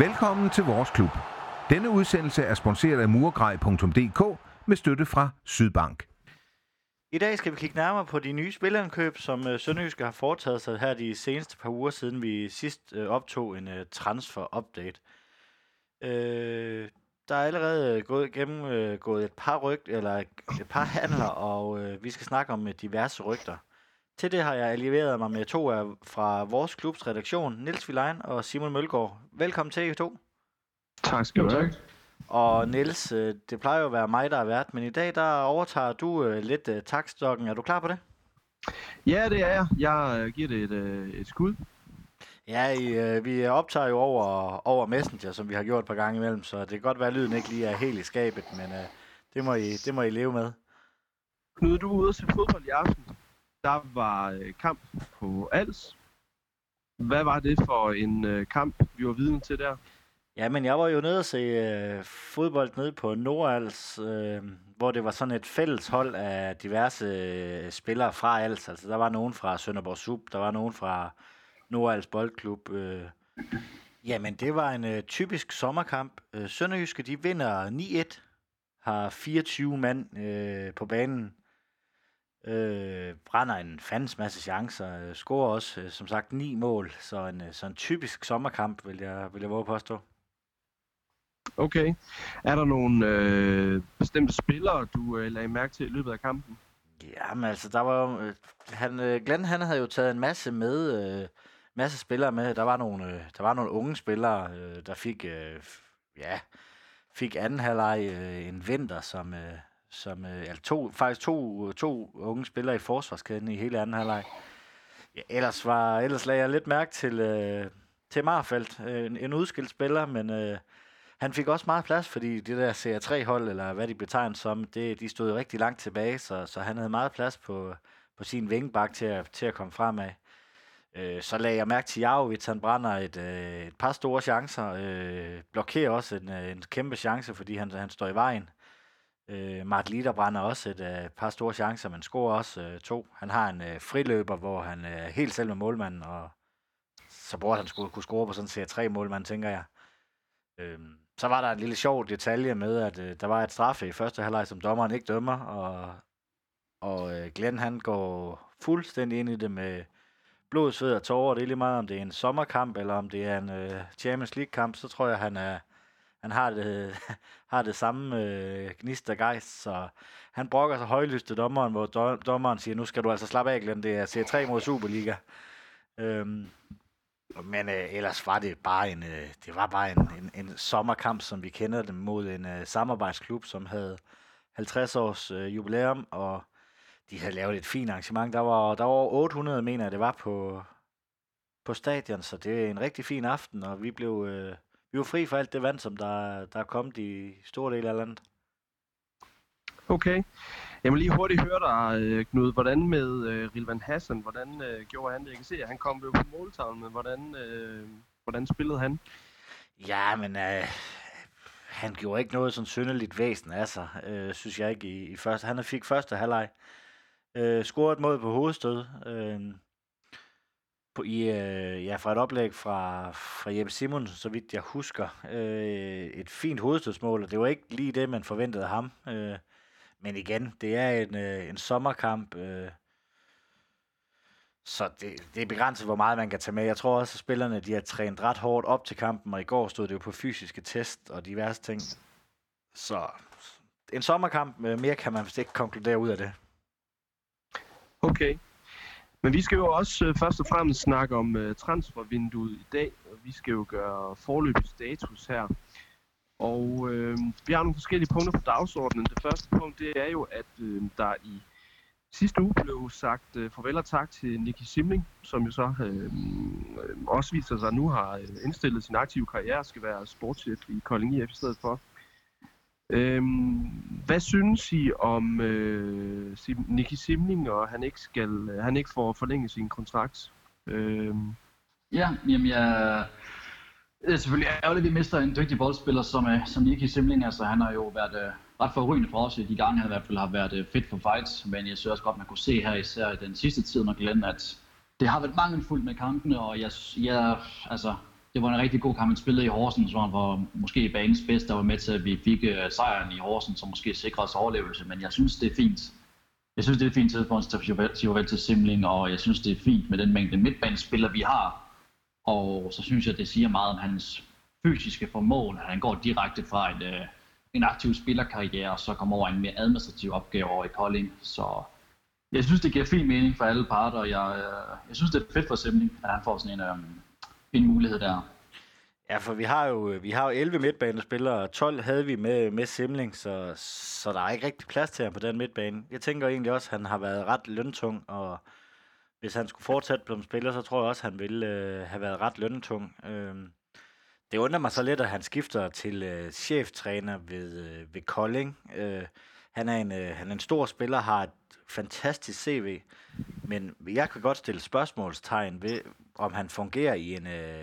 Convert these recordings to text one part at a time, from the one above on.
Velkommen til vores klub. Denne udsendelse er sponsoreret af Murgrej.dk med støtte fra Sydbank. I dag skal vi kigge nærmere på de nye spillerindkøb, som Sønderjyske har foretaget sig her de seneste par uger, siden vi sidst optog en transfer-update. Der er allerede gennemgået et par handler, og vi skal snakke om diverse rygter. Til det har jeg allieret mig med to af fra vores klubs redaktion, Niels Vilein og Simon Mølgaard. Velkommen til, I to. Tak skal du have. Og Niels, det plejer jo at være mig, der er vært, men i dag der overtager du lidt taktstokken. Er du klar på det? Ja, det er jeg. Jeg giver det et skud. Ja, vi optager jo over Messenger, som vi har gjort et par gange imellem, så det kan godt være, at lyden ikke lige er helt i skabet, men det må I leve med. Knud, du er ude at se fodbold i aften. Der var kamp på Als. Hvad var det for en kamp, vi var vidne til der? Ja, men jeg var jo nede og se fodbold nede på Nordals, hvor det var sådan et fælles hold af diverse spillere fra Als. Altså, der var nogen fra Sønderborg Sub, der var nogen fra Nordals Boldklub. Jamen, det var en typisk sommerkamp. Sønderjyske, de vinder 9-1, har 24 mand på banen. Brænder en fandens masse chancer, scorer også, som sagt, 9 mål. Så en typisk sommerkamp, vil jeg våge påstå. Okay. Er der nogle bestemte spillere, du lagde mærke til i løbet af kampen? Jamen altså, der var jo... Glenn, han havde jo taget en masse spillere med. Der var nogle unge spillere, der fik anden halvleg en vinter, to unge spillere i forsvarskæden i hele anden halvleg. Ja, ellers lagde jeg lidt mærke til Marfeldt, en udskilt spiller, men han fik også meget plads, fordi det der CR3-hold, eller hvad de betegner som, de stod rigtig langt tilbage, så han havde meget plads på sin vingebak til at komme fremad. Så lagde jeg mærke til Jarovic, han brænder et par store chancer, blokerer også en kæmpe chance, fordi han står i vejen. Mart Lider brænder også et par store chancer, men scorer også 2. Han har en friløber, hvor han er helt selv med målmanden, og så burde han skulle kunne score på sådan en CR3-målmand, tænker jeg. Så var der en lille sjov detalje med, at der var et straffe i første halvleg, som dommeren ikke dømmer, og Glenn, han går fuldstændig ind i det med blod, sved og tårer. Det er lige meget, om det er en sommerkamp, eller om det er en Champions League-kamp, så tror jeg, han har det samme gnist og gejst, så han brokker sig højlyst til dommeren, hvor dommeren siger, nu skal du altså slappe af, Glenn, det er C3 mod Superliga. Men ellers var det bare en sommerkamp, som vi kender dem, mod en samarbejdsklub, som havde 50 års jubilæum, og de havde lavet et fint arrangement. Der var over 800, mener jeg, det var på stadion, så det er en rigtig fin aften, og vi var fri for alt det vand, som der er kommet i store dele af landet. Okay. Jeg må lige hurtigt høre dig, Knud. Hvordan med Rilvan Hassan? Hvordan gjorde han det? Jeg kan se, at han kom jo på måltavlen, men hvordan spillede han? Ja, men han gjorde ikke noget sådan synderligt væsen af sig, synes jeg ikke i første. Han fik første halvleg. Scorede et mål på hovedstød. Fra et oplæg fra Jeppe Simonsen, så vidt jeg husker. Et fint hovedstødsmål, og det var ikke lige det, man forventede ham. Men igen, det er en sommerkamp, så det er begrænset, hvor meget man kan tage med. Jeg tror også, at spillerne de har trænet ret hårdt op til kampen, og i går stod det jo på fysiske test og diverse ting. Så en sommerkamp, mere kan man vist ikke konkludere ud af det. Okay. Men vi skal jo også først og fremmest snakke om transfervinduet i dag, og vi skal jo gøre foreløbig status her. Og vi har nogle forskellige punkter på dagsordenen. Det første punkt, det er jo, at der i sidste uge blev sagt farvel og tak til Nicky Simling, som jo så også viser sig nu har indstillet sin aktive karriere, skal være sportschef i Kolding IF i stedet for. Hvad synes I om Nicky Simling, og han ikke får forlænget sin kontrakt? Jamen det er selvfølgelig ærgerligt, at vi mister en dygtig boldspiller som Nicky Simling. Altså, han har jo været ret forrygende for os i de gange, han i hvert fald har været fit for fights. Men jeg synes også godt, man kunne se her især i den sidste tid, når Glenn, at det har været mangelfuldt med kampene. Og det var en rigtig god kamp, han spillede i Horsens, hvor han var måske banens bedste, der var med til, at vi fik sejren i Horsens, som måske sikrede os overlevelse. Men jeg synes, det er fint. Jeg synes, det er et fint tidspunkt til vel til Simling, og jeg synes, det er fint med den mængde midtbanespillere, vi har. Og så synes jeg, det siger meget om hans fysiske formål, at han går direkte fra en aktiv spillerkarriere, og så kommer over en mere administrativ opgave over i Kolding. Så jeg synes, det giver fin mening for alle parter, og jeg synes, det er fedt for Simling, at han får sådan en mulighed der. Ja, for vi har jo 11 midtbanespillere, 12 havde vi med Simling, så der er ikke rigtig plads til ham på den midtbane. Jeg tænker egentlig også, at han har været ret løntung, og hvis han skulle fortsætte som spiller, så tror jeg også, at han ville have været ret løntung. Det undrer mig så lidt, at han skifter til cheftræner ved Kolding. Han er en stor spiller, har et fantastisk CV, men jeg kan godt stille spørgsmålstegn ved, om han fungerer i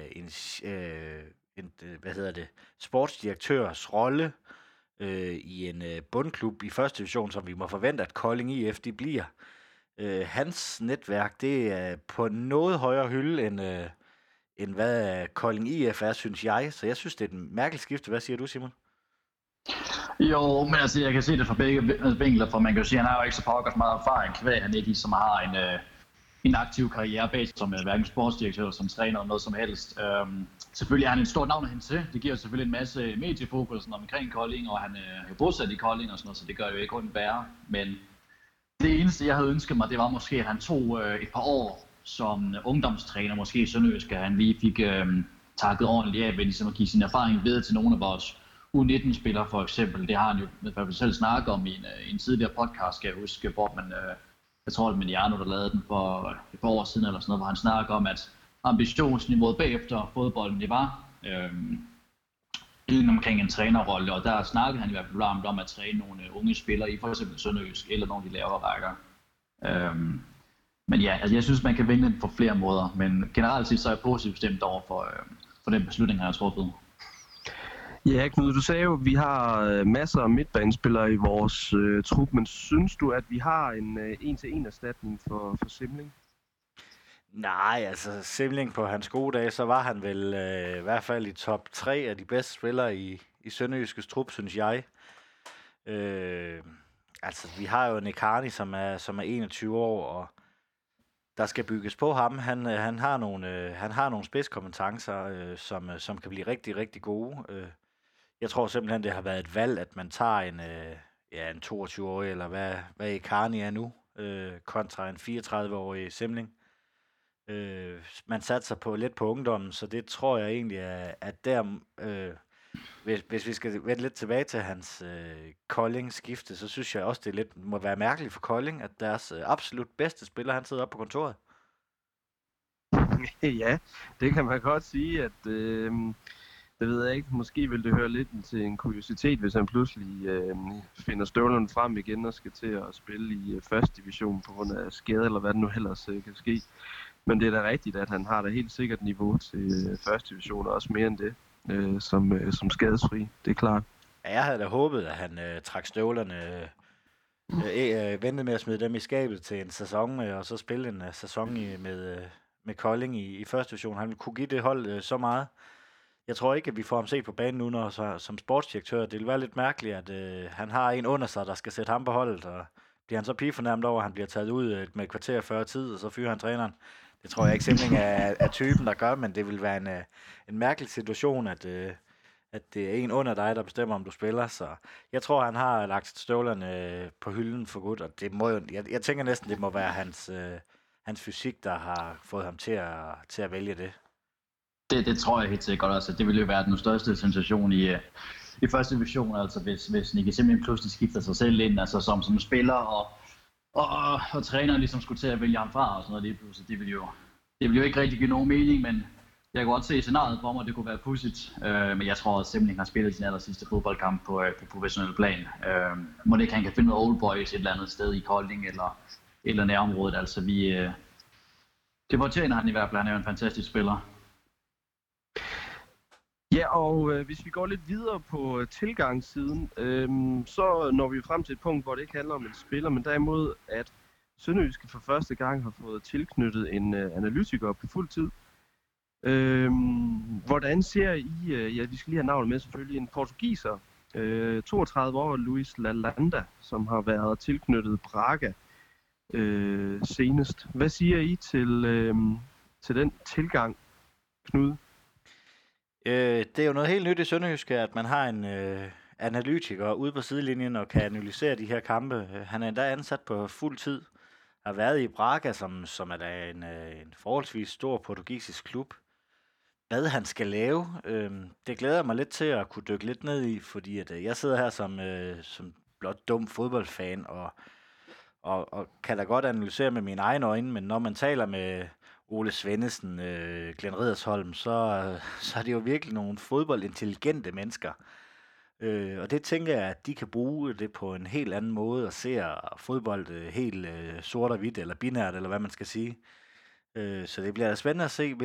en sportsdirektørs rolle i en bundklub i første division, som vi må forvente, at Kolding IF de bliver. Hans netværk, det er på noget højere hylde, end hvad Kolding IF er, synes jeg. Så jeg synes, det er et mærkeligt skifte. Hvad siger du, Simon? Jo, men altså, jeg kan se det fra begge vinkler, for man kan jo sige, at han har jo ikke så pokkers meget erfaring, kvæg han ikke ligesom har en aktiv karriere bag som hverken sportsdirektør eller som træner eller noget som helst. Selvfølgelig er han et stort navn at hente til. Det giver selvfølgelig en masse mediefokus omkring Kolding, og han er bosat i Kolding og sådan noget, så det gør jo ikke ondt værre. Men det eneste, jeg havde ønsket mig, det var måske, at han tog et par år som ungdomstræner, måske i Sønderjysk, at han lige fik takket ordentligt af ved ligesom at give sin erfaring videre til nogle af vores U19-spillere for eksempel. Det har han jo i hvert fald selv snakket om i en tidligere podcast, skal jeg huske, hvor man, jeg tror det var Mediano, der lavede den for et par år siden eller sådan noget, hvor han snakker om, at ambitionsniveauet bagefter fodbolden, det var omkring en trænerrolle, og der snakkede han i hvert fald om at træne nogle unge spillere i for eksempel Sønderjysk eller nogle af de lavere rækker. Men ja, altså jeg synes, man kan vinde den på flere måder, men generelt set så er jeg positivt stemt over for den beslutning, han har truffet. Ja, Knud, du sagde jo, at vi har masser af midtbanespillere i vores trup, men synes du, at vi har en 1-til-1 erstatning for Simling? Nej, altså Simling på hans gode dage, så var han vel i hvert fald i top 3 af de bedste spillere i Sønderjyskes trup, synes jeg. Altså, vi har jo Nekani, som er 21 år, og der skal bygges på ham. Han har nogle spidskompetencer, som kan blive rigtig, rigtig gode. Jeg tror simpelthen, det har været et valg, at man tager en 22-årig, eller hvad Nekani er nu, kontra en 34-årig Simling. Man satser lidt på ungdommen, så det tror jeg egentlig at der... Hvis vi skal vende lidt tilbage til hans Kolding-skifte, så synes jeg også, det må være mærkeligt for Kolding, at deres absolut bedste spiller, han sidder oppe på kontoret. Ja, det kan man godt sige, at det ved jeg ikke. Måske vil det høre lidt til en kuriositet, hvis han pludselig finder støvlerne frem igen og skal til at spille i første division på grund af skade, eller hvad det nu ellers kan ske. Men det er da rigtigt, at han har da helt sikkert niveau til første division, og også mere end det. Som skadesfri, det er klart. Ja, jeg havde da håbet, at han trak støvlerne, ventede med at smide dem i skabet til en sæson, og så spille en sæson med Kolding i første division. Han kunne give det hold så meget. Jeg tror ikke, at vi får ham set på banen nu, når som sportsdirektør. Det vil være lidt mærkeligt, at han har en under sig, der skal sætte ham på holdet, og bliver han så pigefornærmet over, at han bliver taget ud med et kvarter før tid, og så fyrer han træneren. Det tror jeg ikke simpelthen er typen, der gør, men det vil være en mærkelig situation, at det er en under dig, der bestemmer, om du spiller. Så jeg tror, han har lagt støvlerne på hylden for godt, og det må jo, jeg tænker næsten, det må være hans fysik, der har fået ham til at vælge det. Det tror jeg helt sikkert godt også. Det ville jo være den største sensation i første division, altså hvis Nicky simpelthen pludselig skifter sig selv ind, altså som spiller, og træneren ligesom skulle til at vælge ham fra og sådan noget lige pludselig. Det ville jo ikke rigtig give nogen mening, men jeg kan godt se scenariet for mig, det kunne være pudsigt. Men jeg tror også simpelthen, han har spillet sin aller sidste fodboldkamp på professionel plan. Må det ikke, han kan finde noget old boys et eller andet sted i Kolding eller nærområdet. Altså det fortjener han i hvert fald. Han er jo en fantastisk spiller. Ja, og hvis vi går lidt videre på tilgangssiden, så når vi frem til et punkt, hvor det ikke handler om en spiller, men derimod, at Sønderjyske for første gang har fået tilknyttet en analytiker på fuld tid. Hvordan ser I, vi skal lige have navnet med selvfølgelig, en portugiser, 32 år, Luis Lalanda, som har været tilknyttet Braga senest. Hvad siger I til den tilgang, Knud? Det er jo noget helt nyt i Sønderjyske, at man har en analytiker ude på sidelinjen og kan analysere de her kampe. Han er endda ansat på fuld tid. Har været i Braga, som er da en forholdsvis stor portugisisk klub. Hvad han skal lave, det glæder jeg mig lidt til at kunne dykke lidt ned i, fordi at, jeg sidder her som blot dum fodboldfan og kan da godt analysere med mine egne øjne, men når man taler med Ole Svendesen, Glenn Riddersholm, så er det jo virkelig nogle fodboldintelligente mennesker. Og det tænker jeg, at de kan bruge det på en helt anden måde og se fodbold helt sort og hvidt eller binært, eller hvad man skal sige. Så det bliver spændende at se,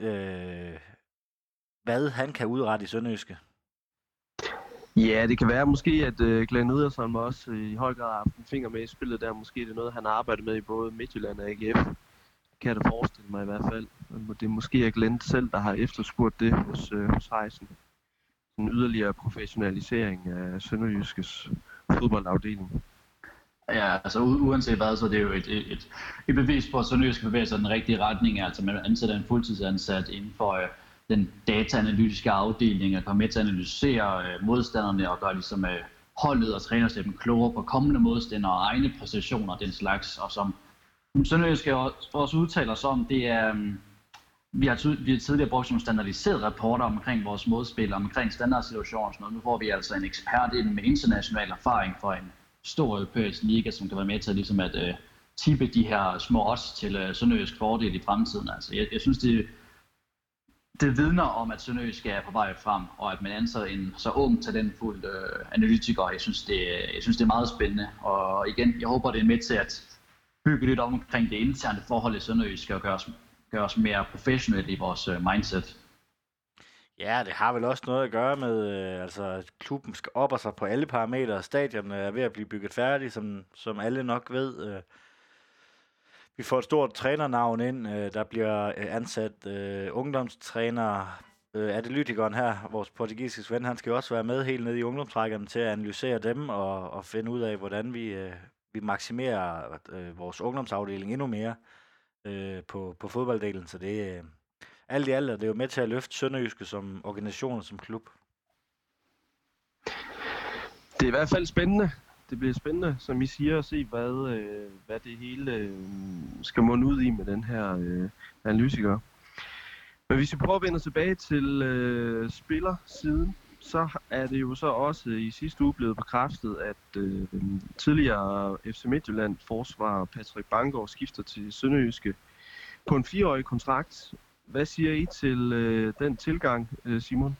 hvad han kan udrette i Sønderjyske. Ja, det kan være måske, at Glenn Riddersholm også i høj grad har haft en finger med i spillet der. Måske det er noget, han har arbejdet med i både Midtjylland og AGF. Kan jeg da forestille mig i hvert fald. Det er måske Glenn selv, der har efterspurgt det hos Heisen. En yderligere professionalisering af Sønderjyskes fodboldafdeling. Ja, altså uanset hvad, så er det jo et bevis på, at Sønderjysk bevæger sig i den rigtige retning. Altså man ansætter en fuldtidsansat inden for den dataanalytiske afdeling, at komme med til at analysere modstanderne og gøre ligesom holdet og trænerstaben klogere på kommende modstandere og egne præstationer og den slags. Og som Sønderjysk også udtaler sig om, det er, vi har tidligere brugt nogle standardiserede rapporter omkring vores modspil, omkring standardsituationer og sådan noget. Nu får vi altså en ekspert ind med international erfaring for en stor europæisk liga, som kan være med til ligesom at tippe de her små odds til Sønderjysk fordel i fremtiden. Altså, jeg synes, det vidner om, at Sønderjysk er på vej frem, og at man ansætter en så ung, talentfuld analytiker. Jeg synes, det er meget spændende. Og igen, jeg håber, det er med til at bygge lidt omkring det interne forhold i Sønderjysk og gøre os mere professionelle i vores mindset. Ja, det har vel også noget at gøre med, at klubben skal op og sig på alle parametre. Stadion er ved at blive bygget færdigt, som alle nok ved. Vi får et stort trænernavn ind. Der bliver ansat ungdomstrænere. Analytikeren her, vores portugisiske ven, han skal jo også være med helt nede i ungdomstrækkerne til at analysere dem og finde ud af, hvordan vi maksimerer vores ungdomsafdeling endnu mere på fodbolddelen. Så det alt i alt er det jo med til at løfte Sønderjyske som organisation og som klub. Det er i hvert fald spændende. Det bliver spændende, som I siger, at se, hvad det hele skal munde ud i med den her analytiker. Men hvis vi prøver at vende tilbage til spillersiden, så er det jo så også i sidste uge blevet bekræftet, at tidligere FC Midtjylland forsvarer Patrick Banggaard skifter til Sønderjyske på en 4-årig kontrakt. Hvad siger I til den tilgang, Simon?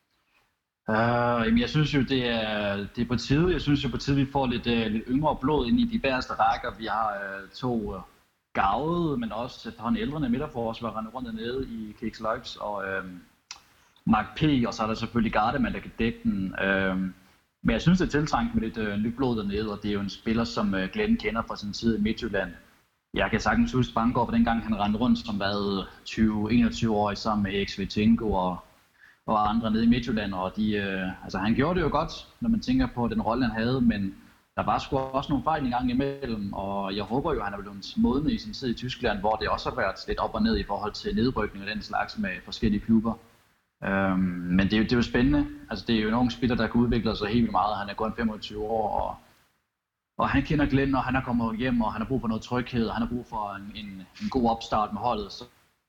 Jeg synes jo, det er på tide. Jeg synes jo på tide, vi får lidt yngre blod ind i de bagerste rækker. Vi har to gavede, men også efterhånden ældrende midterforsvarere rundt nede i Kiks Løjps og Mark P. Og så er der selvfølgelig Gardemann, der kan dække den. Men jeg synes, det er tiltrængt med lidt nyt blod dernede, og det er jo en spiller, som Glenn kender fra sin tid i Midtjylland. Jeg kan sagtens huske Banggaard, for dengang han rendte rundt som 20-21 år sammen med Erik Svetinko og andre nede i Midtjylland, og han gjorde det jo godt, når man tænker på den rolle, han havde, men der var sgu også nogle fejl en gang imellem, og jeg håber jo, at han er blevet modnet i sin tid i Tyskland, hvor det også har været lidt op og ned i forhold til nedrykning og den slags med forskellige klubber. Men det er jo spændende. Altså, det er jo en ung spiller, der kan udvikle sig helt vildt meget. Han er kun 25 år, og han kender Glenn, og han er kommet hjem, og han har brug for noget tryghed, og han har brug for en god opstart med holdet. Så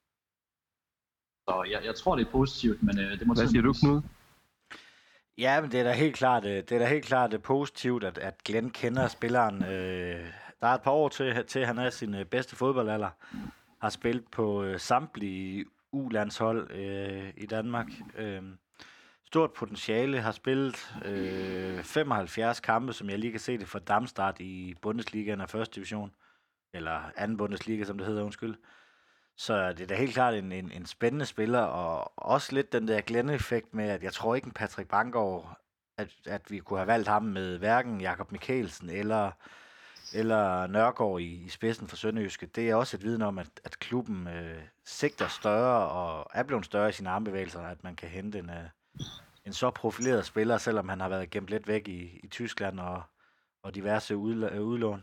jeg tror, det er positivt, men det må... Hvad siger du, Knud? Ja, men det er da helt klart positivt, at Glenn kender spilleren. Der er et par år til han er sin bedste fodboldalder. Har spillet på samtlige U-landshold i Danmark. Stort potentiale, har spillet 75 kampe, som jeg lige kan se det, for Darmstadt i Bundesligaen af første division. Eller anden Bundesliga, som det hedder, undskyld. Så det er da helt klart en spændende spiller, og også lidt den der Glenn-effekt med, at jeg tror ikke en Patrick Banggaard, at vi kunne have valgt ham med hverken Jakob Mikkelsen eller eller Nørgaard i spidsen for Sønderjyske, det er også et viden om, at klubben sigter større og er blevet større i sine armbevægelser, at man kan hente en så profileret spiller, selvom han har været gemt lidt væk i Tyskland og diverse udlån.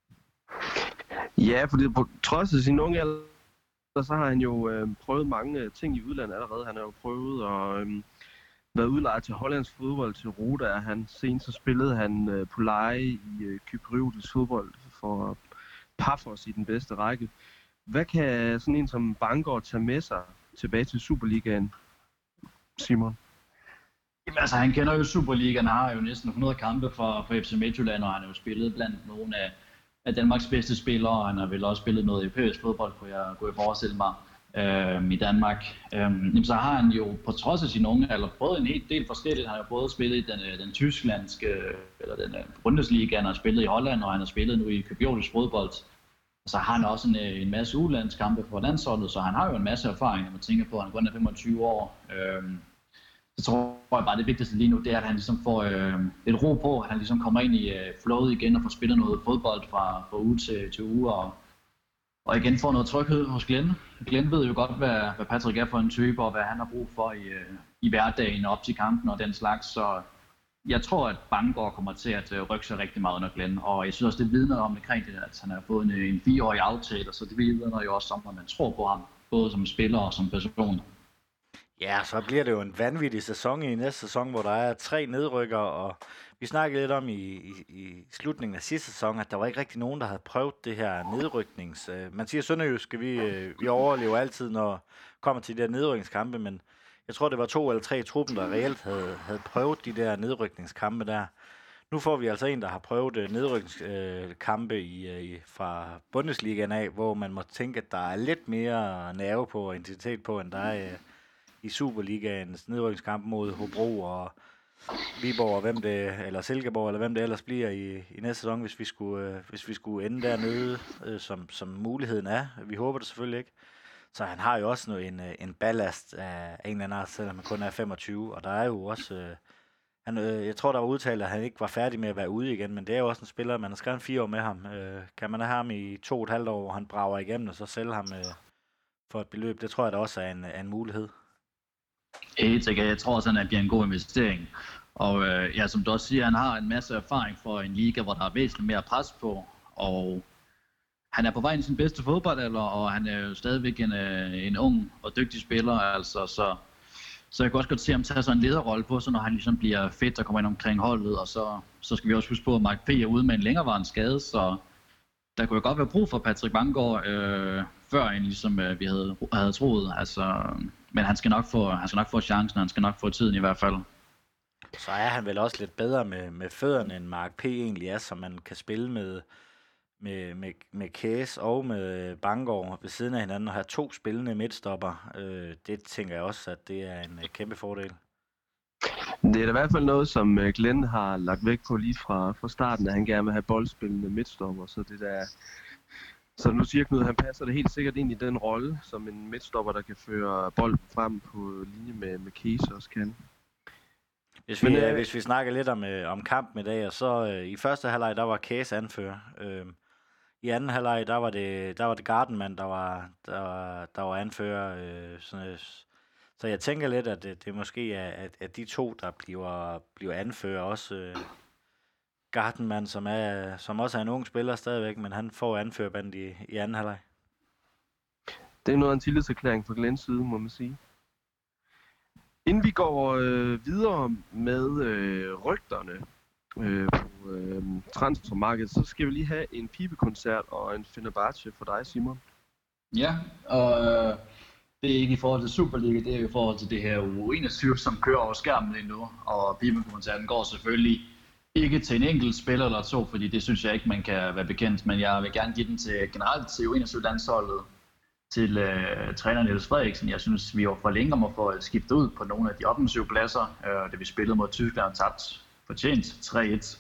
Ja, fordi på trods af sin unge alder, så har han jo prøvet mange ting i udlandet allerede. Han har jo prøvet at været udlejet til hollandsk fodbold, til Roda. Senest så spillede han på leje i kypriotisk fodbold for Paphos i den bedste række. Hvad kan sådan en som Bangor tage med sig tilbage til Superligaen, Simon? Jamen, altså, han kender jo Superligaen, han har jo næsten 100 kampe for FC Midtjylland, og han har jo spillet blandt nogle af Danmarks bedste spillere, og han har vel også spillet noget europæisk fodbold, kunne jeg forestille mig, i Danmark. Så har han jo på trods af sin unge alder prøvet en helt del forskelligt. Han har jo både spillet i den tysklandske, eller den Bundesliga, han har spillet i Holland, og han har spillet nu i kypriotisk fodbold. Så har han også en masse udlandskampe for landsholdet, så han har jo en masse erfaring, når man tænker på, at han kun er 25 år. Så tror jeg bare, det vigtigste lige nu, det er, at han ligesom får et ro på, at han ligesom kommer ind i flowet igen og får spillet noget fodbold fra uge til uge, og igen får noget tryghed hos Glenn. Glenn ved jo godt, hvad Patrick er for en type, og hvad han har brug for i hverdagen og op til kampen og den slags, så jeg tror, at Bangor kommer til at rykke sig rigtig meget under Glenn, og jeg synes også, det vidner omkring det, at han har fået en 4-årig aftale, så det vidner jo også om, at man tror på ham, både som spiller og som person. Ja, så bliver det jo en vanvittig sæson i næste sæson, hvor der er 3 nedrykker, og vi snakkede lidt om i slutningen af sidste sæson, at der var ikke rigtig nogen, der havde prøvet det her nedryknings... Man siger Sønderjyske, vi overlever altid, når kommer til de der nedrykningskampe, men jeg tror, det var 2 eller 3 i truppen, der reelt havde prøvet de der nedrykningskampe der. Nu får vi altså en, der har prøvet nedrykningskampe fra Bundesligaen af, hvor man må tænke, at der er lidt mere nerve på og intensitet på, end der er i Superligaens nedrykningskamp mod Hobro og Viborg, og eller Silkeborg, eller hvem det ellers bliver i næste sæson, hvis vi skulle ende dernede, som muligheden er. Vi håber det selvfølgelig ikke. Så han har jo også en ballast af en eller anden art, selvom han kun er 25, og der er jo også... jeg tror, der var udtalt, at han ikke var færdig med at være ude igen, men det er jo også en spiller, man har skrevet 4 år med ham. Kan man have ham i 2,5 år, hvor han brager igennem, og så sælge ham for et beløb, det tror jeg da også er en mulighed. Jeg tror også, at han bliver en god investering. Og som du også siger, han har en masse erfaring for en liga, hvor der er væsentligt mere pres på. Og han er på vej ind i sin bedste fodboldalder, og han er jo stadigvæk en ung og dygtig spiller. Altså, så jeg kan også godt se ham tage sådan en lederrolle på, så når han ligesom bliver fedt og kommer ind omkring holdet. Og så skal vi også huske på, at Mark P. er ude med en længerevarende skade, så der kunne jo godt være brug for Patrick Bangor, før end ligesom vi havde troet. Altså, men han skal nok få chancen, han skal nok få tiden i hvert fald. Så er han vel også lidt bedre med fødderne, end Mark P. egentlig er, så man kan spille med Kæs og med Bangor ved siden af hinanden og have 2 spillende midtstopper. Det tænker jeg også, at det er en kæmpe fordel. Det er da i hvert fald noget, som Glenn har lagt vægt på lige fra starten, at han gerne vil have boldspillende midtstopper. Så nu siger Knud, han passer det helt sikkert ind i den rolle, som en midtstopper, der kan føre bolden frem på linje med Kæs også kan. Hvis vi snakker lidt om kampen i dag, og så i første halvleg, der var Kæs anfører. I anden halvleg, der var det Gardenman, der var anfører. Så jeg tænker lidt, at det måske er at de 2, der bliver anfører også. Gardenman, som også er en ung spiller stadigvæk, men han får anførerbandet i anden halvleg. Det er noget af en tillidserklæring fra Glens side, må man sige. Inden vi går videre med rygterne på transfermarkedet, så skal vi lige have en pibekoncert og en Fenerbahce for dig, Simon. Ja, og det er ikke i forhold til Superliga, det er i forhold til det her U21, som kører over skærmen lige nu. Og pibekoncerten går selvfølgelig ikke til en enkelt spiller eller 2, fordi det synes jeg ikke, man kan være bekendt. Men jeg vil gerne give den generelt til U21-landsholdet, til træner Niels Frederiksen. Jeg synes, vi var for længe om at få skiftet ud på nogle af de offensive pladser, da vi spillede mod Tyskland og tabt fortjent 3-1.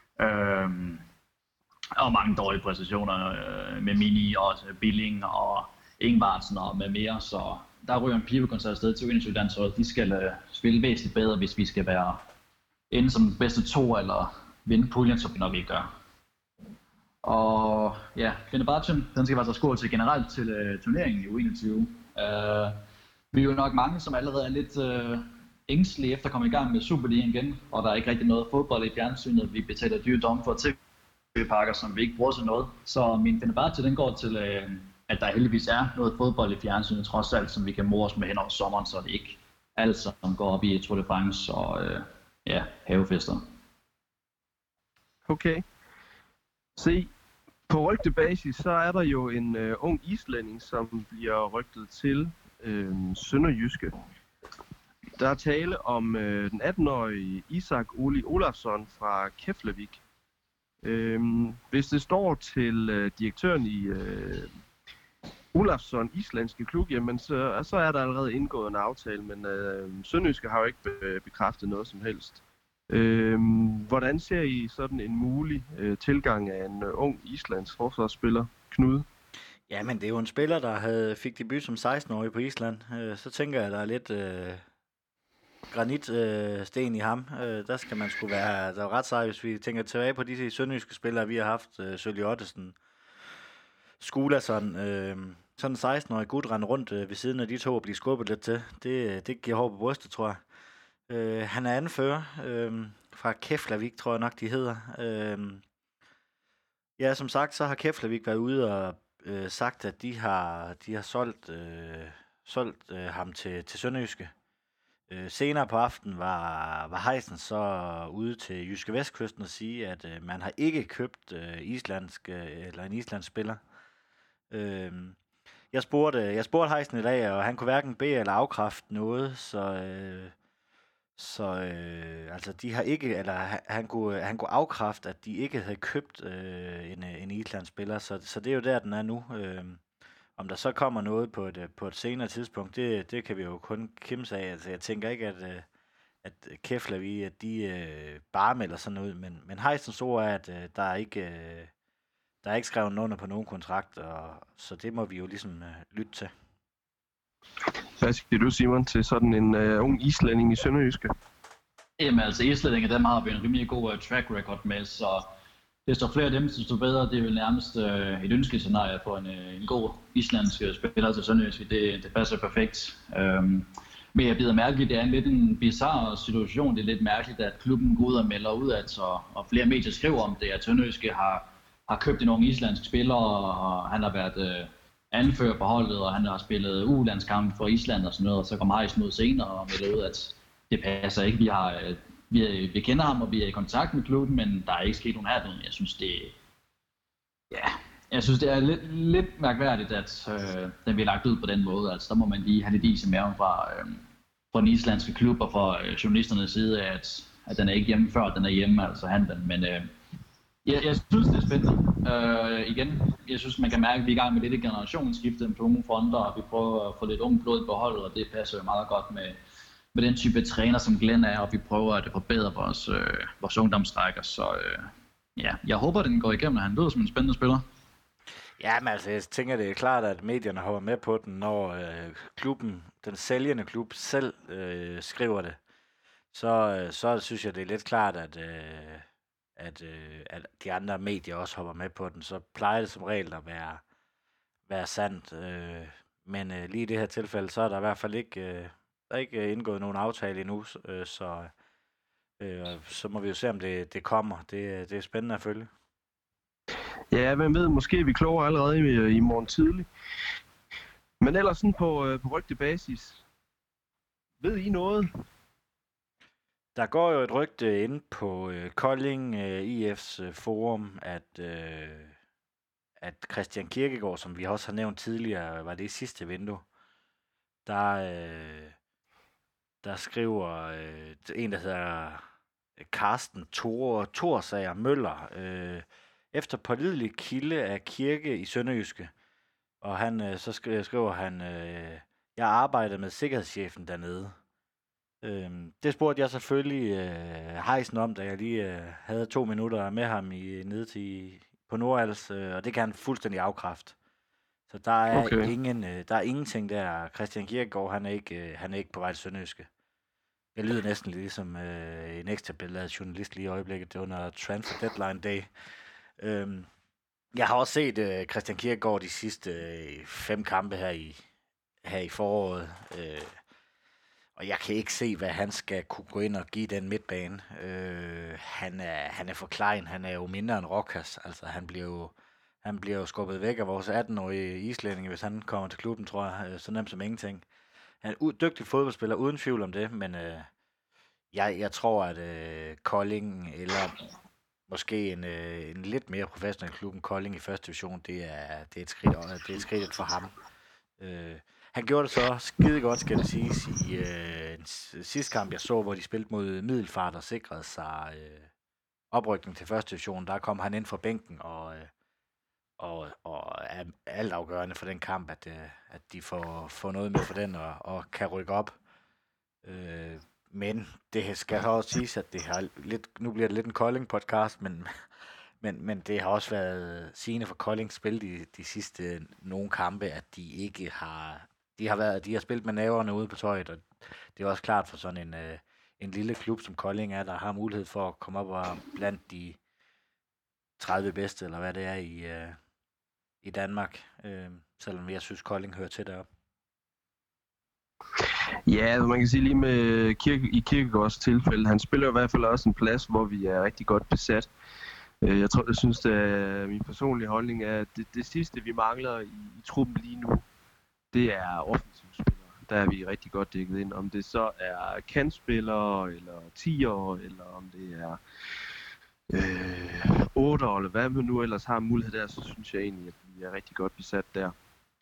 Og mange dårlige præstationer med Mini og Billing og Ingvartsen og med mere. Så der ryger en pibekoncert afsted til U21-landsholdet. De skal spille væsentligt bedre, hvis vi skal være inde som bedste 2 eller vinde puljen, som vi nok ikke gør. Og ja, Fenerbahce, den skal faktisk score til generelt til turneringen i U21. Vi er jo nok mange, som allerede er lidt ængstelige efter at komme i gang med Superligaen igen, og der er ikke rigtig noget fodbold i fjernsynet. Vi betaler dyre domme for tv-pakker, som vi ikke bruger til noget. Så min Fenerbahce, den går til, at der heldigvis er noget fodbold i fjernsynet, trods alt, som vi kan mores med hen over sommeren, så det ikke alt, som går op i Tour de France og havefester. Okay. Se, på rygtebasis, så er der jo en ung islænding, som bliver rygtet til Sønderjyske. Der er tale om den 18-årige Isak Oli Olafsson fra Keflavik. Hvis det står til direktøren i Olafsson islandske klub, jamen så er der allerede indgået en aftale, men Sønderjyske har jo ikke bekræftet noget som helst. Hvordan ser I sådan en mulig tilgang af en ung islandsk forsvarsspiller, Knud? Ja, men det er jo en spiller, der fik debut som 16-årig på Island. Så tænker jeg, der er lidt granitsten i ham. Der skal man sgu være der er ret sej, hvis vi tænker tilbage på de sønderjyske spillere, vi har haft. Sølje Ottesen, Skulason. Sådan en 16-årig gut rende rundt ved siden af de to og blive skubbet lidt til. Det giver hår på brystet, tror jeg. Han er anfører fra Keflavik, tror jeg nok, de hedder. Ja, som sagt, så har Keflavik været ude og sagt, at de har solgt ham til Sønderjyske. Senere på aftenen var Heisen så ude til Jyske Vestkysten og sige, at man har ikke købt en islandsk spiller. Jeg spurgte Heisen i dag, og han kunne hverken bede eller afkræfte noget, så altså de har ikke, eller han kunne afkræfte, at de ikke havde købt en islandsk spiller, så det er jo der, den er nu. Om der så kommer noget på et senere tidspunkt, det kan vi jo kun kimse af. Altså, jeg tænker ikke, at Keflavik, at de bare melder sådan ud, men Heisens ord er, at der er ikke skrevet under på nogen kontrakt, og så det må vi jo ligesom lytte til. Hvad siger du, Simon, til sådan en ung islænding i Sønderjyske? Jamen altså, islændinge, dem har vi en rimelig god track record med, så desto flere af dem, desto bedre. Det er jo nærmest et ønskescenarie for en god islandsk spiller til Sønderjyske. Det passer perfekt. Men jeg bider mærke i, det er lidt en bizarre situation. Det er lidt mærkeligt, at klubben går ud og melder ud, og flere medier skriver om det, at Sønderjyske har købt en ung islandsk spiller, og han har været anfører på holdet, og han har spillet U-landskamp for Island og sådan noget, og så kommer Heisen ud senere og melder ud, at det passer ikke. Vi kender ham, og vi er i kontakt med klubben, men der er ikke sket nogen her. Jeg synes, det er lidt mærkværdigt, at den bliver lagt ud på den måde. Altså, der må man lige have lidt is i maven fra den islandske klub og fra journalisternes side, at den er ikke hjemme før, den er hjemme, altså handlen. Men jeg synes, det er spændende. Igen, jeg synes, man kan mærke, at vi er i gang med lidt generationsskifte på nogle fronter, og vi prøver at få lidt ung blod på holdet, og det passer jo meget godt med den type træner, som Glenn er, og vi prøver at forbedre vores ungdomsrækker. Så jeg håber, den går igennem, og han lyder som en spændende spiller. Ja, men altså, jeg tænker, det er klart, at medierne hopper med på den, når klubben, den sælgende klub, selv skriver det. Så synes jeg, det er lidt klart, at de andre medier også hopper med på den. Så plejer det som regel at være sandt. Men lige i det her tilfælde, så er der i hvert fald ikke indgået nogen aftale endnu. Så må vi jo se, om det kommer. Det er spændende at følge. Ja, hvem ved, måske er vi klogere allerede i morgen tidlig. Men ellers sådan på rygtebasis. Ved I noget? Der går jo et rygte inde på Kolding IF's forum, at Christian Kierkegaard, som vi også har nævnt tidligere, var det i sidste vindue. Der skriver en, der hedder Carsten Thorsager Møller, efter pålidelig kilde af Kirke i Sønderjyske. Og så skriver han, jeg arbejdede med sikkerhedschefen dernede. Det spurgte jeg selvfølgelig Heisen om, da jeg lige havde 2 minutter med ham nede på Nordals, og det kan han fuldstændig afkræfte. Så der er ingenting der. Christian Kierkegaard, han er ikke på vej til Sønderjyske. Jeg lyder næsten ligesom en ekstra billede journalist lige i øjeblikket. Det er under Transfer Deadline Day. Jeg har også set Christian Kierkegaard de sidste 5 kampe her i foråret. Og jeg kan ikke se, hvad han skal kunne gå ind og give den midtbane. Han er for klein. Han er jo mindre end Rokas. Altså, han bliver jo skubbet væk af vores 18-årige islændinge, hvis han kommer til klubben, tror jeg. Så nemt som ingenting. Han er en dygtig fodboldspiller, uden tvivl om det, men jeg tror, at Kolding, eller måske en lidt mere professionel klub end Kolding i første division, det er et skridt for ham. Han gjorde det så skide godt, skal det siges, i sidste kamp, jeg så, hvor de spillede mod Middelfart og sikrede sig oprykning til første division. Der kom han ind fra bænken og er altafgørende for den kamp, at de får noget med for den og kan rykke op. Men det skal også siges, at det har lidt, nu bliver det lidt en Kolding-podcast, men det har også været sigende for Kolding spil de sidste nogle kampe, at de ikke har... De har spillet med næverne ude på tøjet, og det er også klart for sådan en lille klub som Kolding er, der har mulighed for at komme op og blandt de 30 bedste, eller hvad det er i Danmark, selvom jeg synes, Kolding hører til deroppe. Ja, man kan sige lige med i Kierkegaards tilfælde, han spiller i hvert fald også en plads, hvor vi er rigtig godt besat. Jeg synes, at min personlige holdning er, at det sidste, vi mangler i truppen lige nu, det er offensivspillere. Der er vi rigtig godt dækket ind. Om det så er kantspillere, eller 10'ere, eller om det er 8'ere, eller hvad man nu ellers har mulighed der, så synes jeg egentlig, at vi er rigtig godt besat der.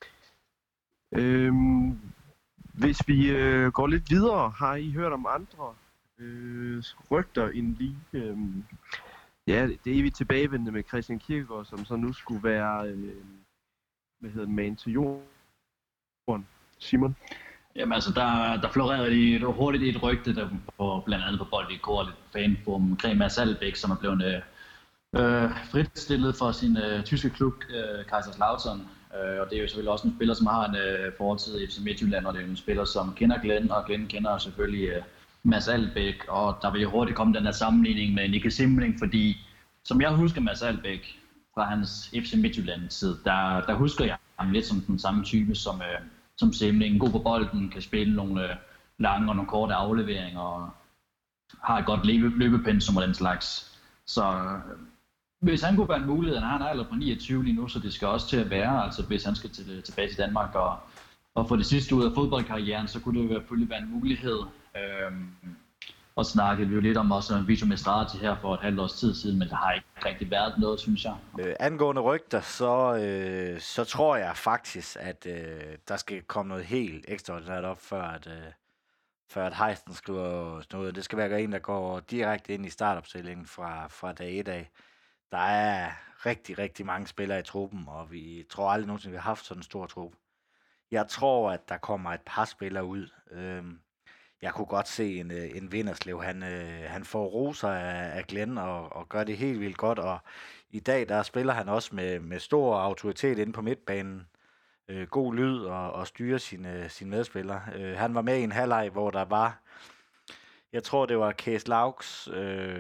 Hvis vi går lidt videre, har I hørt om andre rygter end lige... ja, det er vi tilbagevendende med Christian Kierkegaard, som så nu skulle være man til jorden. Simon? Jamen altså, der florerede hurtigt et rygte, der blandt andet på Bold.dk og lidt fanforum omkring Mads Albeck, som er blevet fritstillet for sin tyske klub, Kaiserslautern. Og det er jo selvfølgelig også en spiller, som har en fortid i FC Midtjylland, og det er en spiller, som kender Glenn, og Glenn kender selvfølgelig Mads Albeck, og der vil jo hurtigt komme den her sammenligning med Nicky Simling, fordi som jeg husker Mads Albeck fra hans FC Midtjylland-tid, der husker jeg ham lidt som den samme type som Simling, god på bolden, kan spille nogle lange og nogle korte afleveringer, og har et godt løbepensum og den slags. Så hvis han kunne være en mulighed, han er alder på 29 lige nu, så det skal også til at være, altså hvis han skal tilbage til Danmark og få det sidste ud af fodboldkarrieren, så kunne det jo selvfølgelig være en mulighed. Og snakkede vi jo lidt om også en Vito Mestrati her for et halvt års tid siden, men der har ikke rigtig været noget, synes jeg. Angående rygter, så tror jeg faktisk, at der skal komme noget helt ekstraordinært op, før at Heisten skriver noget. Det skal være en, der går direkte ind i startopstillingen fra dag 1 af. Der er rigtig, rigtig mange spillere i truppen, og vi tror aldrig nogensinde, vi har haft sådan en stor trup. Jeg tror, at der kommer et par spillere ud. Jeg kunne godt se en Vinderslev. Han får roser af Glenn og gør det helt vildt godt. Og i dag, der spiller han også med stor autoritet inde på midtbanen. God lyd og styrer sine medspillere. Han var med i en halvleg, hvor der var, jeg tror det var Kees Laux,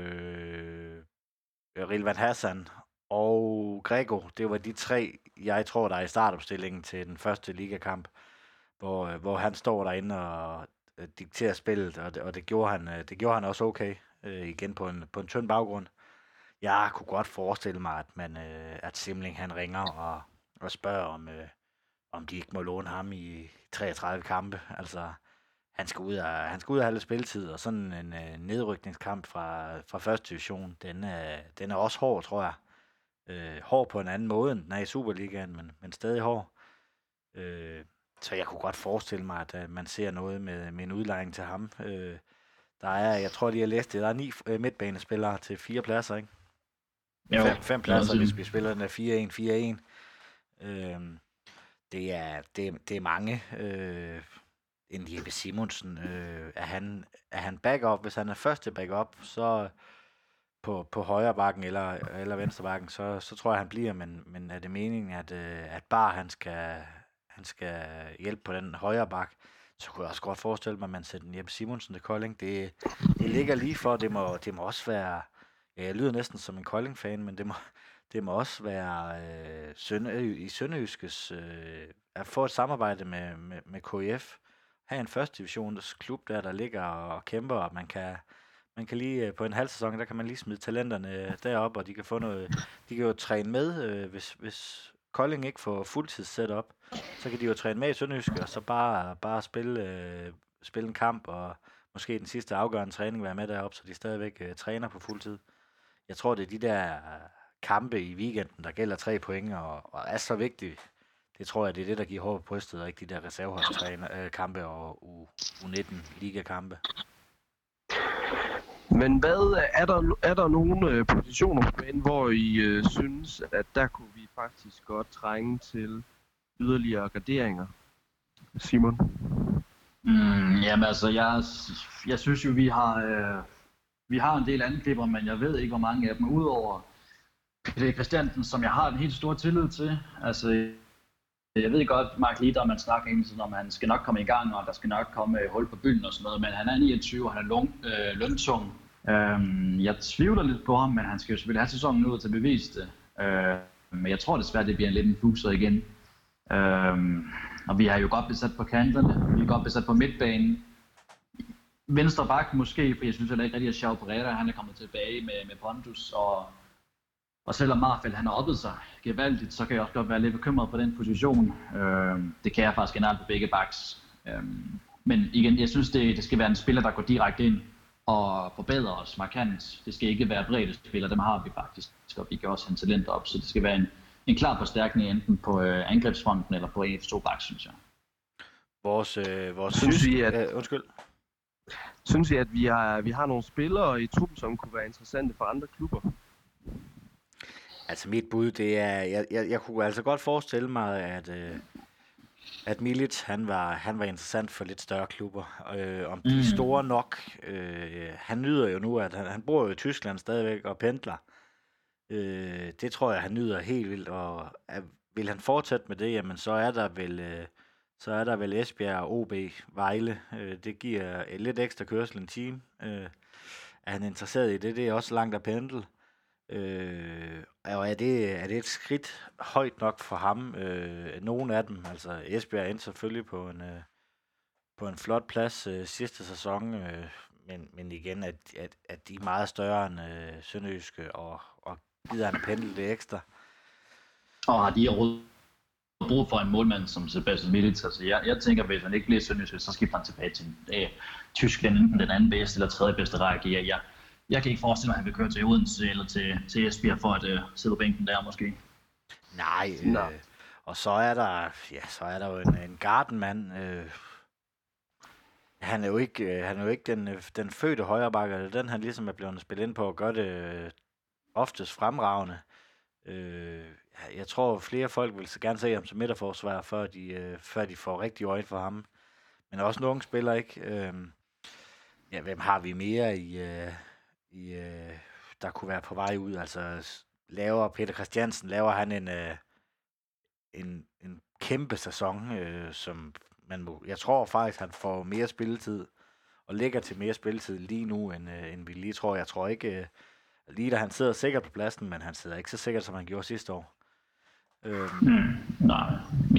Rilvan Hassan og Grego. Det var de 3, jeg tror, der er i startopstillingen til den første ligakamp, hvor han står derinde og dikterer spillet, og det gjorde han også okay, igen på en tynd baggrund. Jeg kunne godt forestille mig, at Simling han ringer og spørger, om de ikke må låne ham i 33 kampe. Altså, han skal ud og have lidt spilletid, og sådan en nedrykningskamp fra første division, den er også hård, tror jeg. Hård på en anden måde, end den er i Superligaen, men stadig hård. Så jeg kunne godt forestille mig, at man ser noget med en udlejning til ham. Der er, jeg tror, de har læst det, der er 9 midtbanespillere til 4 pladser, ikke? Jo, 5 pladser, hvis vi spiller den af 4-1. Det er mange. En Jeppe Simonsen, er han backup? Hvis han er første backup, så på højre bakken eller venstre bakken, så tror jeg, han bliver. Men er det meningen, at bare han skal hjælpe på den højre bak, så kunne jeg også godt forestille mig, at man sætter en Jeppe Simonsen til Kolding. Det ligger lige for, det må også være, ja, jeg lyder næsten som en Kolding-fan, men Det må også være i Sønderjyskes at få et samarbejde med KIF. Have en første divisions klub der ligger og kæmper, og man kan lige på en halv sæson, der kan man lige smide talenterne derop, og de kan få noget, de kan jo træne med, hvis Kolding ikke får fuldtids setup, så kan de jo træne med i Sønderjyske, og så bare spille en kamp, og måske den sidste afgørende træning være med derop, så de stadigvæk træner på fuldtid. Jeg tror, det er de der kampe i weekenden, der gælder 3 point, og er så vigtigt. Det tror jeg, det er det, der giver hår på brystet, og ikke de der reserveholdskampe og U19 ligakampe. Men hvad er der nogle positioner på banen, hvor I synes, at der kunne vi faktisk godt trænge til yderligere garderinger? Simon? Jamen altså, jeg synes jo, vi har en del angriber, men jeg ved ikke, hvor mange af dem, udover Peter Christiansen, som jeg har en helt stor tillid til. Altså, jeg ved godt, Mark Lider, man snakker hele tiden om, han skal nok komme i gang, og der skal nok komme hul på byen og sådan noget, men han er 29, og han er løntung. Jeg tvivler lidt på ham, men han skal jo selvfølgelig have sæsonen ud til at bevise det. Men jeg tror desværre, det bliver lidt en fuser igen. Og vi har jo godt besat på kanterne, vi er godt besat på midtbanen. Venstre bak måske, for jeg synes heller ikke rigtig, at Xiao Pereira, han er kommet tilbage med pondus, og selvom Marfeldt han har oppet sig gevaldigt, så kan jeg også godt være lidt bekymret på den position. Det kan jeg faktisk generelt på begge backs. Men igen, jeg synes, det skal være en spiller, der går direkte ind og forbedrer os markant. Det skal ikke være brede spillere, dem har vi faktisk, og vi kan også have talenter op, så det skal være en klar forstærkning enten på angrebsfronten eller på en 2 backs, synes jeg. Synes I, at vi har nogle spillere i truppen, som kunne være interessante for andre klubber? Altså mit bud, det er, jeg kunne altså godt forestille mig, at Milic, han var interessant for lidt større klubber. Om de er store nok, han nyder jo nu, at han bor jo i Tyskland stadigvæk og pendler. Det tror jeg, han nyder helt vildt, og vil han fortsætte med det, jamen så er der vel Esbjerg, OB, Vejle. Det giver et lidt ekstra kørsel en time. Er han interesseret i det? Det er også langt at pendle. Og er det et skridt højt nok for ham? Nogle af dem, altså Esbjerg endte selvfølgelig på en flot plads sidste sæson, men igen, at de er meget større end Sønderjyske, og gider han at pendle det ekstra. Og har de overhovedet brug for en målmand som Sebastian Milic? Altså jeg tænker, hvis han ikke bliver Sønderjyske, så skifter han tilbage til Tyskland, enten den anden bedste eller tredje bedste række. Jeg kan ikke forestille mig, at han vil køre til Odense eller til Esbjerg for at sidde på bænken der måske. Nej. Og så er der jo en Gardenmand. Han er jo ikke den fødte højrebacker. Den han ligesom er blevet spillet ind på og gør det oftest fremragende. Jeg tror flere folk vil så gerne se ham som midterforsvarer, før de får rigtig øje for ham. Men også nogle spiller ikke. Hvem har vi mere der kunne være på vej ud? Altså laver Peter Christiansen han en kæmpe sæson, som jeg tror faktisk han får mere spilletid og ligger til mere spilletid lige nu end vi lige tror. Jeg tror ikke lige da han sidder sikkert på pladsen, men han sidder ikke så sikkert som han gjorde sidste år. Nej,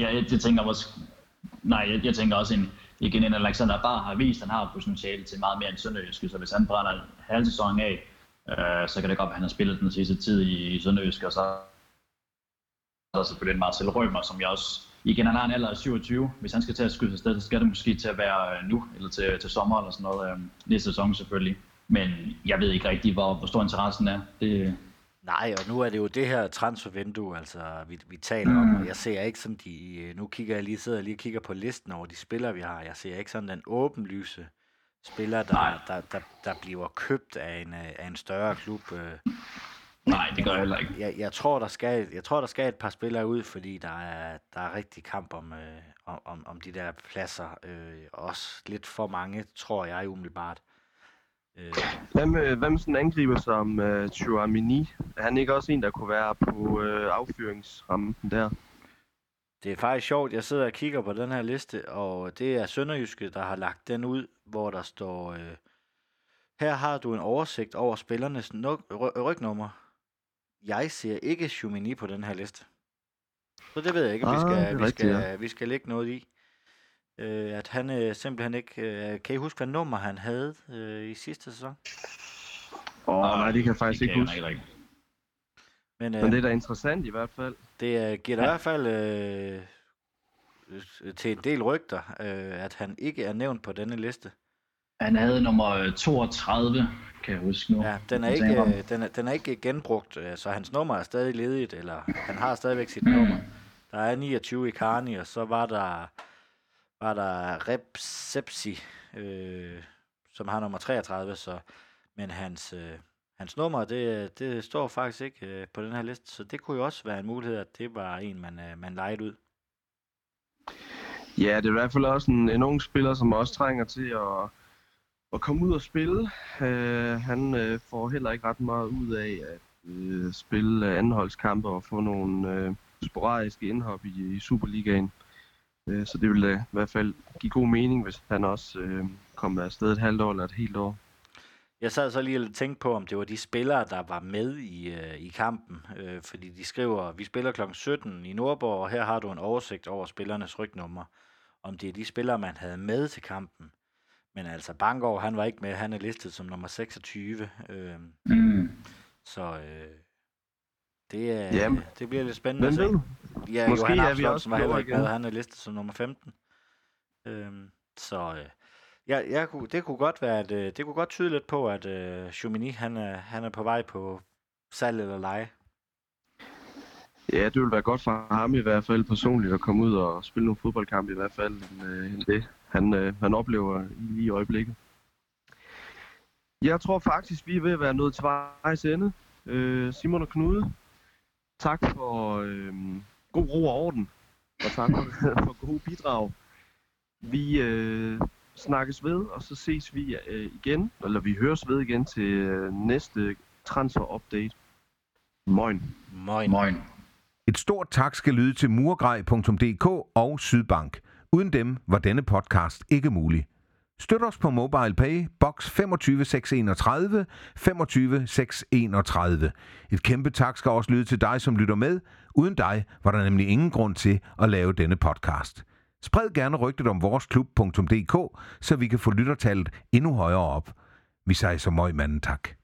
jeg tænker også en Alexander Bar har vist, han har et potentiale til meget mere end Sønderjyske, så hvis han brænder en halv sæson af, så kan det godt være, at han har spillet den sidste tid i Sønderjyske, og så er der selvfølgelig en Marcel Rømer, som jeg også, igen han har en alder af 27, hvis han skal til at skyde sig sted, så skal det måske til at være nu, eller til sommer eller sådan noget, næste sæson selvfølgelig. Men jeg ved ikke rigtig, hvor stor interessen er. Nej, og nu er det jo det her transfervindue, altså vi taler om, og jeg ser ikke sådan nu sidder jeg lige og kigger på listen over de spillere, vi har. Jeg ser ikke sådan den åbenlyse spiller, der bliver købt af en større klub. Nej, det gør jeg heller ikke. Jeg tror, der skal et par spillere ud, fordi der er rigtig kamp om de der pladser. Også lidt for mange, tror jeg umiddelbart. Hvad med sådan en angriber som Chouamini? Er han ikke også en, der kunne være på affyringsrampen der? Det er faktisk sjovt. Jeg sidder og kigger på den her liste, og det er Sønderjyske, der har lagt den ud, hvor der står, her har du en oversigt over spillernes rygnummer. jeg ser ikke Tchouaméni på den her liste. Så det ved jeg ikke, om vi skal lægge noget i. At han simpelthen ikke... kan I huske, hvad nummer han havde i sidste sæson? Nej, det kan jeg faktisk ikke huske. Men det er da interessant i hvert fald. Det giver da i hvert fald til en del rygter, at han ikke er nævnt på denne liste. Han havde nummer 32, kan jeg huske nu. Ja, den er ikke genbrugt, så hans nummer er stadig ledigt, eller han har stadigvæk sit nummer. Der er 29 i Carney, og så var der Repsepsi, som har nummer 33, men hans nummer, det står faktisk ikke på den her liste, så det kunne jo også være en mulighed, at det var en, man lejede ud. Ja, det er i hvert fald også en ung spiller, som også trænger til at komme ud og spille. Han får heller ikke ret meget ud af at spille andenholdskampe og få nogle sporadiske indhop i Superligaen. Så det vil i hvert fald give god mening, hvis han også kommer afsted et halvt år eller et helt år. Jeg sad så lige og tænkte på, om det var de spillere, der var med i kampen. Fordi de skriver, vi spiller kl. 17 i Nordborg, og her har du en oversigt over spillernes rygnummer. Om det er de spillere, man havde med til kampen. Men altså, Bangor, han var ikke med. Han er listet som nummer 26. Så det bliver lidt spændende at se. Ja, måske Johan er vi også var heller ikke igen. med. Han er listet som nummer 15. Det kunne godt være, at det kunne godt tyde lidt på, at Tchouaméni, han er på vej på salg eller leje. Ja, det vil være godt for ham i hvert fald personligt at komme ud og spille nogle fodboldkampe i hvert fald, end det han oplever lige i øjeblikket. Jeg tror faktisk, vi er ved at være nået til vejs ende. Simon og Knude, tak for god ro og orden, og tak for gode bidrag. Vi snakkes ved, og så ses vi igen, eller vi høres ved igen til næste transfer-update. Moin. Moin. Et stort tak skal lyde til murgrej.dk og Sydbank. Uden dem var denne podcast ikke mulig. Støt os på MobilePay, box 25631, 25631. Et kæmpe tak skal også lyde til dig, som lytter med. Uden dig var der nemlig ingen grund til at lave denne podcast. Spred gerne rygtet om voresklub.dk, så vi kan få lyttertallet endnu højere op. Vi siger så møg manden tak.